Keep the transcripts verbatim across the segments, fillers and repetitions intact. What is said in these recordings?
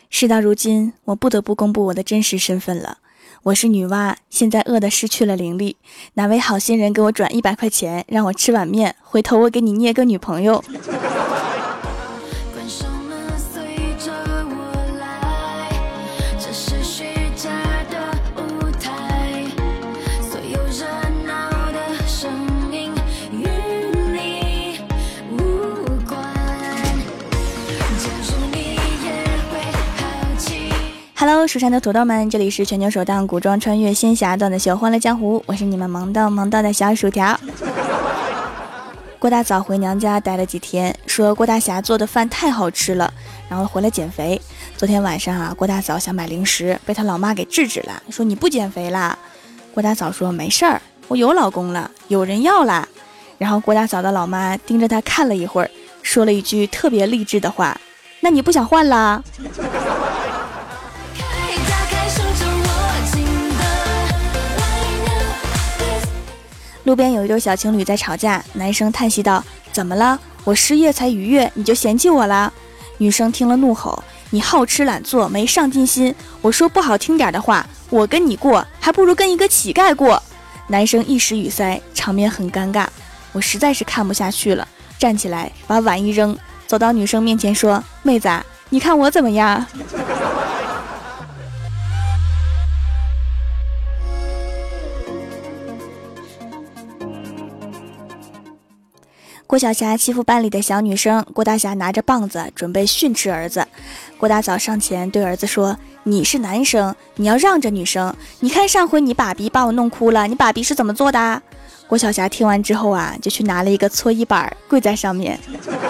事到如今，我不得不公布我的真实身份了。我是女娲，现在饿得失去了灵力，哪位好心人给我转一百块钱，让我吃碗面，回头我给你捏个女朋友。Hello， 蜀山的土豆们，这里是全球首档古装穿越仙侠段的秀《欢乐江湖》，我是你们萌到萌到的小薯条。郭大嫂回娘家待了几天，说郭大侠做的饭太好吃了，然后回来减肥。昨天晚上啊，郭大嫂想买零食，被她老妈给制止了，说你不减肥啦。郭大嫂说没事儿，我有老公了，有人要啦。然后郭大嫂的老妈盯着她看了一会儿，说了一句特别励志的话：那你不想换啦？路边有一对小情侣在吵架，男生叹息道：怎么了？我失业才一月你就嫌弃我啦？女生听了怒吼：你好吃懒做，没上进心，我说不好听点的话，我跟你过还不如跟一个乞丐过。男生一时语塞，场面很尴尬。我实在是看不下去了，站起来把碗一扔，走到女生面前说：妹子，你看我怎么样？郭晓霞欺负班里的小女生，郭大侠拿着棒子准备训斥儿子。郭大嫂上前对儿子说：你是男生，你要让着女生，你看上回你爸比把我弄哭了，你爸比是怎么做的？郭晓霞听完之后啊，就去拿了一个搓衣板跪在上面。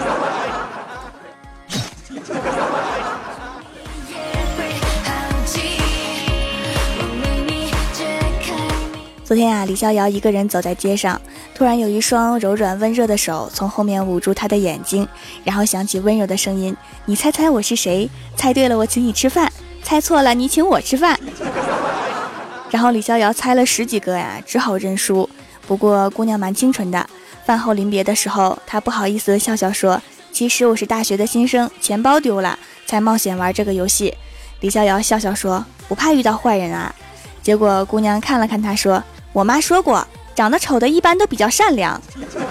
昨天啊，李逍遥一个人走在街上，突然有一双柔软温热的手从后面捂住他的眼睛，然后响起温柔的声音：你猜猜我是谁？猜对了我请你吃饭，猜错了你请我吃饭。然后李逍遥猜了十几个呀，只好认输。不过姑娘蛮清纯的，饭后临别的时候，她不好意思笑笑说：其实我是大学的新生，钱包丢了才冒险玩这个游戏。李逍遥笑笑说：不怕遇到坏人啊。结果姑娘看了看他说：我妈说过，长得丑的一般都比较善良。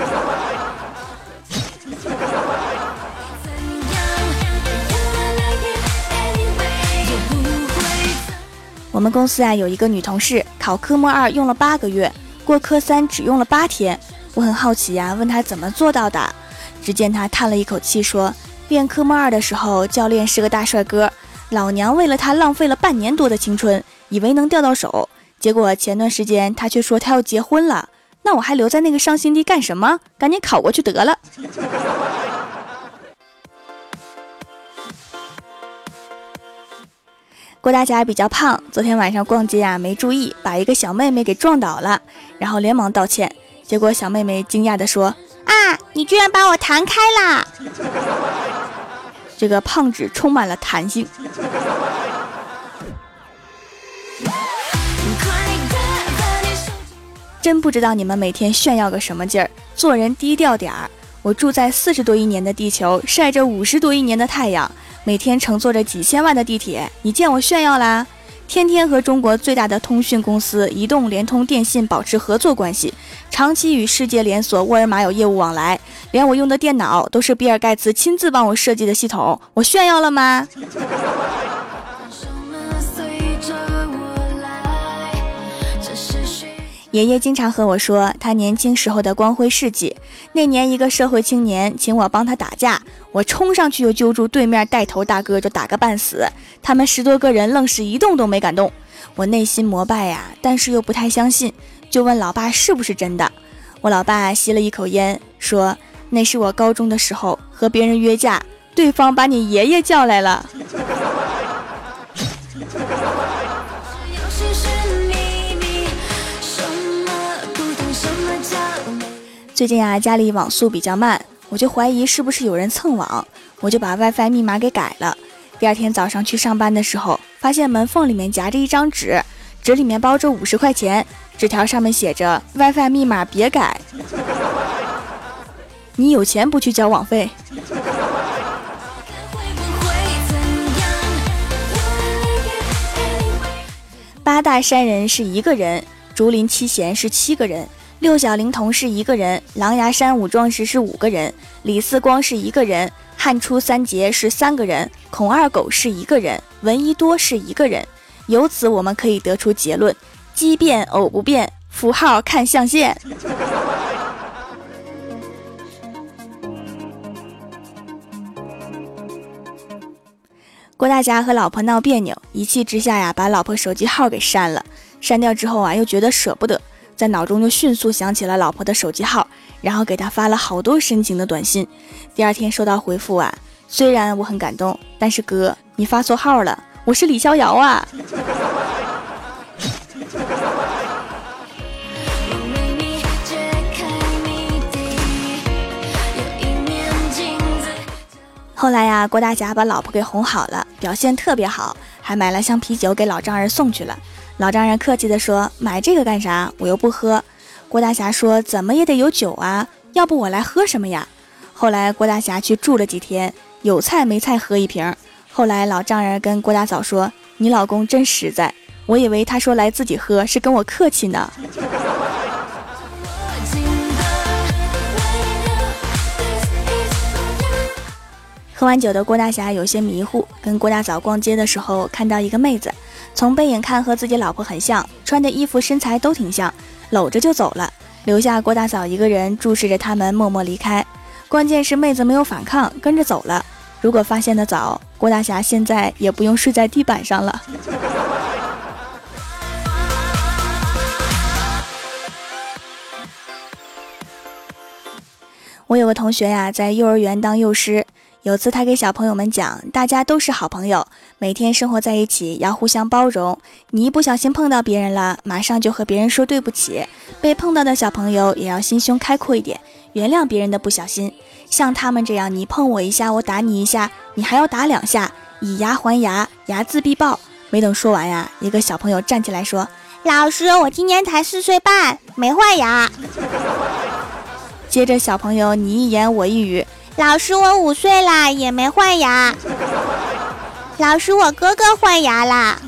我们公司啊有一个女同事，考科目二用了八个月，过科三只用了八天。我很好奇呀、啊，问她怎么做到的。只见她叹了一口气说：练科目二的时候，教练是个大帅哥，老娘为了他浪费了半年多的青春，以为能钓到手。结果前段时间他却说他要结婚了，那我还留在那个伤心地干什么？赶紧考过去得了。郭大侠比较胖，昨天晚上逛街啊没注意，把一个小妹妹给撞倒了，然后连忙道歉。结果小妹妹惊讶地说：啊，你居然把我弹开啦！这个胖子充满了弹性。真不知道你们每天炫耀个什么劲儿，做人低调点儿。我住在四十多亿年的地球，晒着五十多亿年的太阳，每天乘坐着几千万的地铁，你见我炫耀啦？天天和中国最大的通讯公司移动、联通、电信保持合作关系，长期与世界连锁沃尔玛有业务往来，连我用的电脑都是比尔盖茨亲自帮我设计的系统，我炫耀了吗？爷爷经常和我说他年轻时候的光辉事迹。那年一个社会青年请我帮他打架，我冲上去就揪住对面带头大哥就打个半死，他们十多个人愣是一动都没敢动。我内心膜拜呀、啊，但是又不太相信，就问老爸是不是真的。我老爸吸了一口烟说：那是我高中的时候和别人约架，对方把你爷爷叫来了。最近啊，家里网速比较慢，我就怀疑是不是有人蹭网，我就把 WiFi 密码给改了。第二天早上去上班的时候，发现门缝里面夹着一张纸，纸里面包着五十块钱，纸条上面写着 WiFi 密码别改。你有钱不去交网费？ 八大山人是一个人，竹林七贤是七个人，六小龄童是一个人，狼牙山五壮士是五个人，李四光是一个人，汉初三杰是三个人，孔二狗是一个人，闻一多是一个人。由此我们可以得出结论：奇变偶不变，符号看象限。郭大侠和老婆闹别扭，一气之下呀，把老婆手机号给删了。删掉之后啊，又觉得舍不得，在脑中就迅速想起了老婆的手机号，然后给她发了好多深情的短信。第二天收到回复啊，虽然我很感动，但是哥，你发错号了，我是李逍遥啊。后来呀，郭大侠把老婆给哄好了，表现特别好，还买了箱啤酒给老丈人送去了。老丈人客气地说：“买这个干啥？我又不喝。”郭大侠说：“怎么也得有酒啊，要不我来喝什么呀？”后来郭大侠去住了几天，有菜没菜喝一瓶。后来老丈人跟郭大嫂说：“你老公真实在，我以为他说来自己喝是跟我客气呢。”喝完酒的郭大侠有些迷糊，跟郭大嫂逛街的时候看到一个妹子，从背影看和自己老婆很像，穿的衣服身材都挺像，搂着就走了，留下郭大嫂一个人注视着他们默默离开。关键是妹子没有反抗，跟着走了。如果发现的早，郭大侠现在也不用睡在地板上了。我有个同学呀，在幼儿园当幼师。有次他给小朋友们讲，大家都是好朋友，每天生活在一起要互相包容，你一不小心碰到别人了，马上就和别人说对不起，被碰到的小朋友也要心胸开阔一点，原谅别人的不小心。像他们这样，你碰我一下我打你一下，你还要打两下，以牙还牙，睚眦必报。没等说完呀，一个小朋友站起来说：“老师，我今年才四岁半，没换牙。”接着小朋友你一言我一语：“老师，我五岁啦，也没换牙。”老师，我哥哥换牙啦。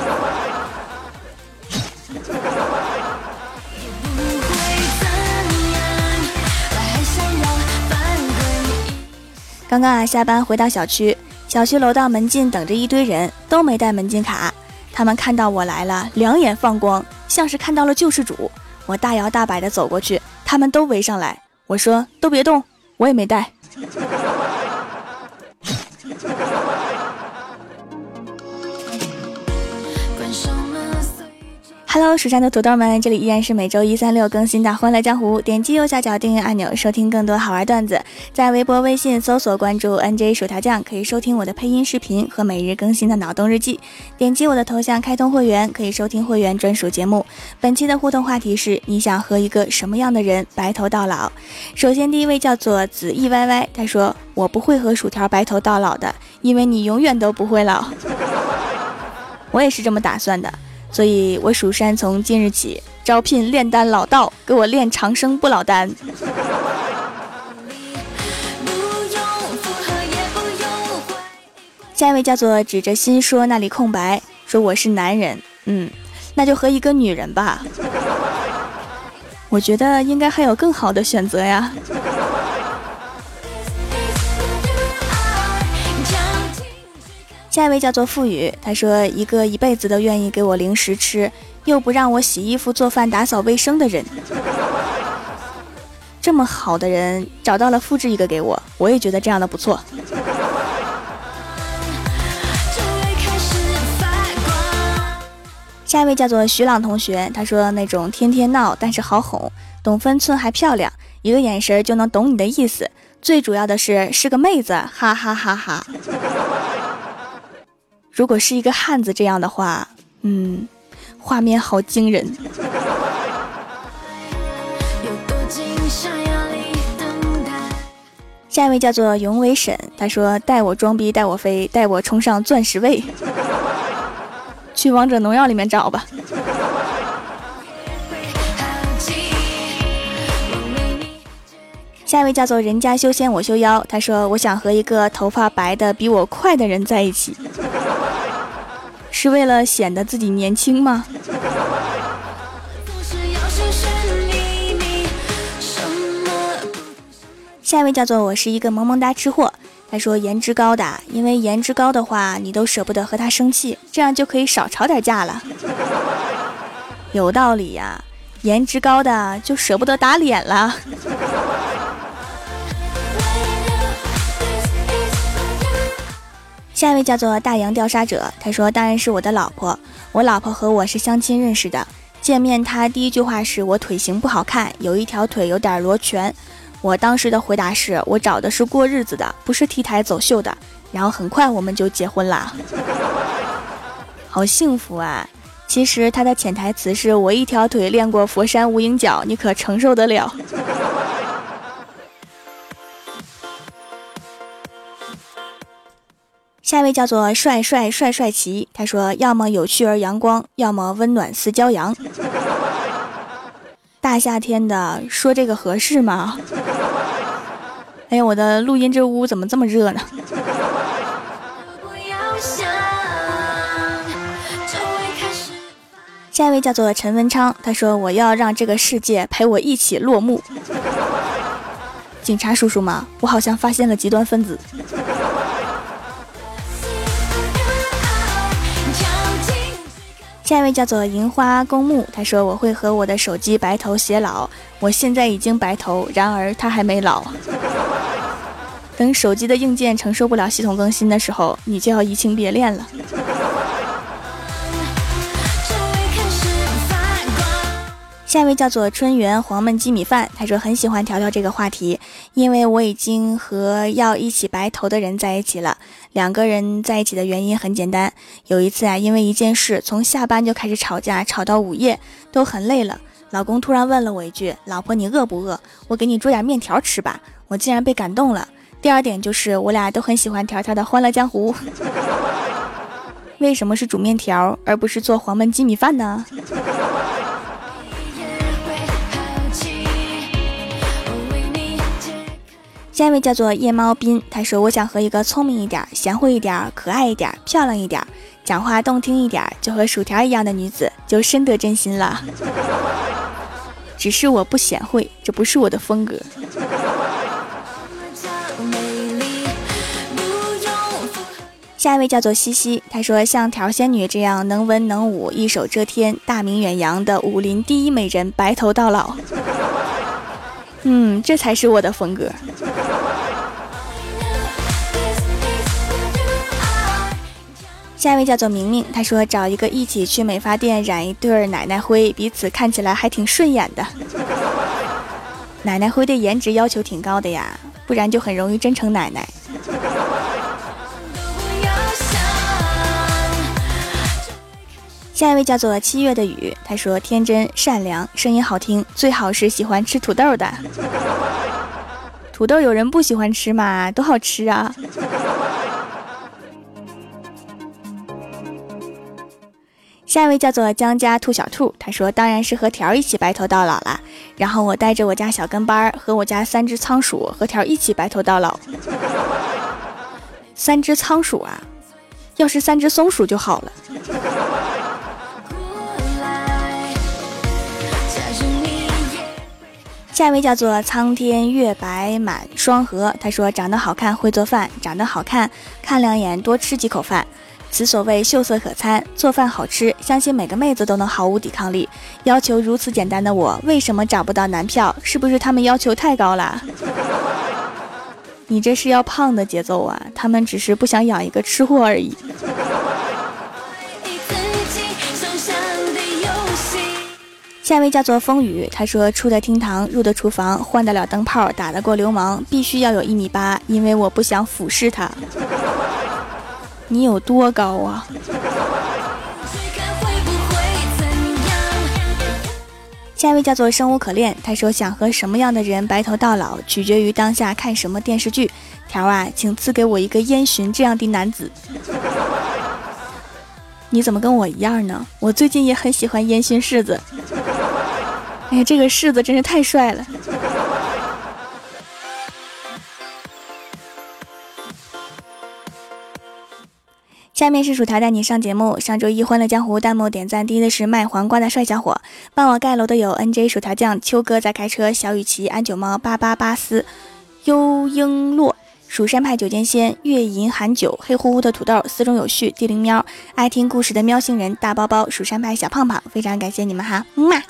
刚刚啊，下班回到小区，小区楼道门禁等着一堆人，都没带门禁卡。他们看到我来了，两眼放光，像是看到了救世主。我大摇大摆地走过去，他们都围上来。我说：“都别动，我也没带。” Hello， 蜀山的土豆们，这里依然是每周一、三、六更新的《欢乐江湖》。点击右下角订阅按钮，收听更多好玩段子。在微博、微信搜索关注 N J 薯条酱，可以收听我的配音视频和每日更新的脑洞日记。点击我的头像开通会员，可以收听会员专属节目。本期的互动话题是：你想和一个什么样的人白头到老？首先，第一位叫做子意歪歪，他说：“我不会和薯条白头到老的，因为你永远都不会老。”我也是这么打算的。所以我蜀山从今日起招聘炼丹老道，给我练长生不老丹。下一位叫做指着心说那里空白，说我是男人，嗯，那就和一个女人吧。我觉得应该还有更好的选择呀。下一位叫做付宇，他说一个一辈子都愿意给我零食吃，又不让我洗衣服做饭打扫卫生的人。这么好的人找到了，复制一个给我，我也觉得这样的不错。下一位叫做徐朗同学，他说那种天天闹但是好哄，懂分寸还漂亮，一个眼神就能懂你的意思，最主要的是是个妹子，哈哈哈哈。如果是一个汉子这样的话，嗯，画面好惊人。下一位叫做永伟沈，他说带我装逼带我飞带我冲上钻石位。去王者荣耀里面找吧。下一位叫做人家修仙我修妖，他说我想和一个头发白的比我快的人在一起。 是为了显得自己年轻吗？下一位叫做我是一个萌萌哒吃货，他说颜值高的，因为颜值高的话你都舍不得和他生气，这样就可以少吵点架了。有道理呀、啊，颜值高的就舍不得打脸了。下一位叫做大洋调查者，他说当然是我的老婆，我老婆和我是相亲认识的，见面他第一句话是我腿型不好看，有一条腿有点罗拳，我当时的回答是我找的是过日子的，不是 T 台走秀的，然后很快我们就结婚了。好幸福啊，其实他的潜台词是我一条腿练过佛山无影脚，你可承受得了。下一位叫做帅帅帅帅奇，他说要么有趣而阳光，要么温暖似骄阳。大夏天的说这个合适吗？哎呀，我的录音这屋怎么这么热呢？下一位叫做陈文昌，他说我要让这个世界陪我一起落幕。警察叔叔吗？我好像发现了极端分子。下一位叫做银花公墓，他说我会和我的手机白头偕老，我现在已经白头，然而他还没老。等手机的硬件承受不了系统更新的时候，你就要移情别恋了。下一位叫做春园黄焖鸡米饭，他说很喜欢条条这个话题，因为我已经和要一起白头的人在一起了。两个人在一起的原因很简单，有一次啊，因为一件事从下班就开始吵架，吵到午夜都很累了，老公突然问了我一句，老婆你饿不饿？我给你煮点面条吃吧。我竟然被感动了。第二点就是我俩都很喜欢条条的欢乐江湖。为什么是煮面条而不是做黄焖鸡米饭呢？下一位叫做夜猫斌，他说我想和一个聪明一点、贤惠一点、可爱一点、漂亮一点、讲话动听一点，就和薯条一样的女子，就深得真心了。只是我不贤惠，这不是我的风格。下一位叫做西西，他说像条仙女这样能文能武、一手遮天、大名远扬的武林第一美人，白头到老。嗯，这才是我的风格。下一位叫做明明，他说找一个一起去美发店染一对奶奶灰，彼此看起来还挺顺眼的。奶奶灰对颜值要求挺高的呀，不然就很容易真成奶奶。下一位叫做七月的雨，他说天真善良，声音好听，最好是喜欢吃土豆的。土豆有人不喜欢吃吗？多好吃啊。下一位叫做江家兔小兔，他说当然是和条一起白头到老啦，然后我带着我家小跟班和我家三只仓鼠和条一起白头到老。三只仓鼠啊，要是三只松鼠就好了。下一位叫做苍天月白满双河，他说长得好看会做饭，长得好看看两眼多吃几口饭，此所谓秀色可餐，做饭好吃，相信每个妹子都能毫无抵抗力。要求如此简单的我，为什么找不到男票？是不是他们要求太高了？你这是要胖的节奏啊，他们只是不想养一个吃货而已。下一位叫做风雨，他说出得厅堂，入得厨房，换得了灯泡，打得过流氓，必须要有一米八，因为我不想俯视他。你有多高啊？下一位叫做生无可恋，他说想和什么样的人白头到老，取决于当下看什么电视剧。条啊，请赐给我一个烟熏这样的男子。你怎么跟我一样呢？我最近也很喜欢烟熏柿子。哎呀，这个柿子真是太帅了。下下面是薯条带你上节目。上周一欢乐江湖弹幕点赞第一的是卖黄瓜的帅小伙，帮我盖楼的有 N J 薯条酱、秋哥在开车、小雨琦、安九猫、八八八四、幽璎珞、蜀山派九剑仙、月银寒酒、黑乎乎的土豆、四中有序、地灵喵、爱听故事的喵星人、大包包、蜀山派小胖胖，非常感谢你们哈，嗯嘛。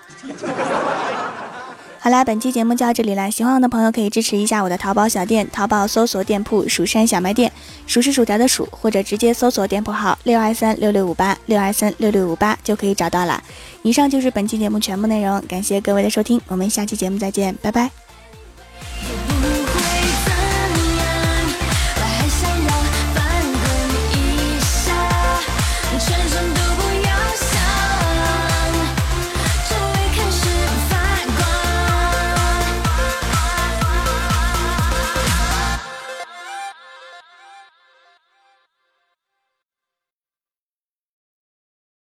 好啦，本期节目就到这里了。喜欢我的朋友可以支持一下我的淘宝小店，淘宝搜索店铺蜀山小卖店，蜀是薯条的蜀，或者直接搜索店铺号六二三六六五八六二三六六五八就可以找到了。以上就是本期节目全部内容，感谢各位的收听，我们下期节目再见，拜拜。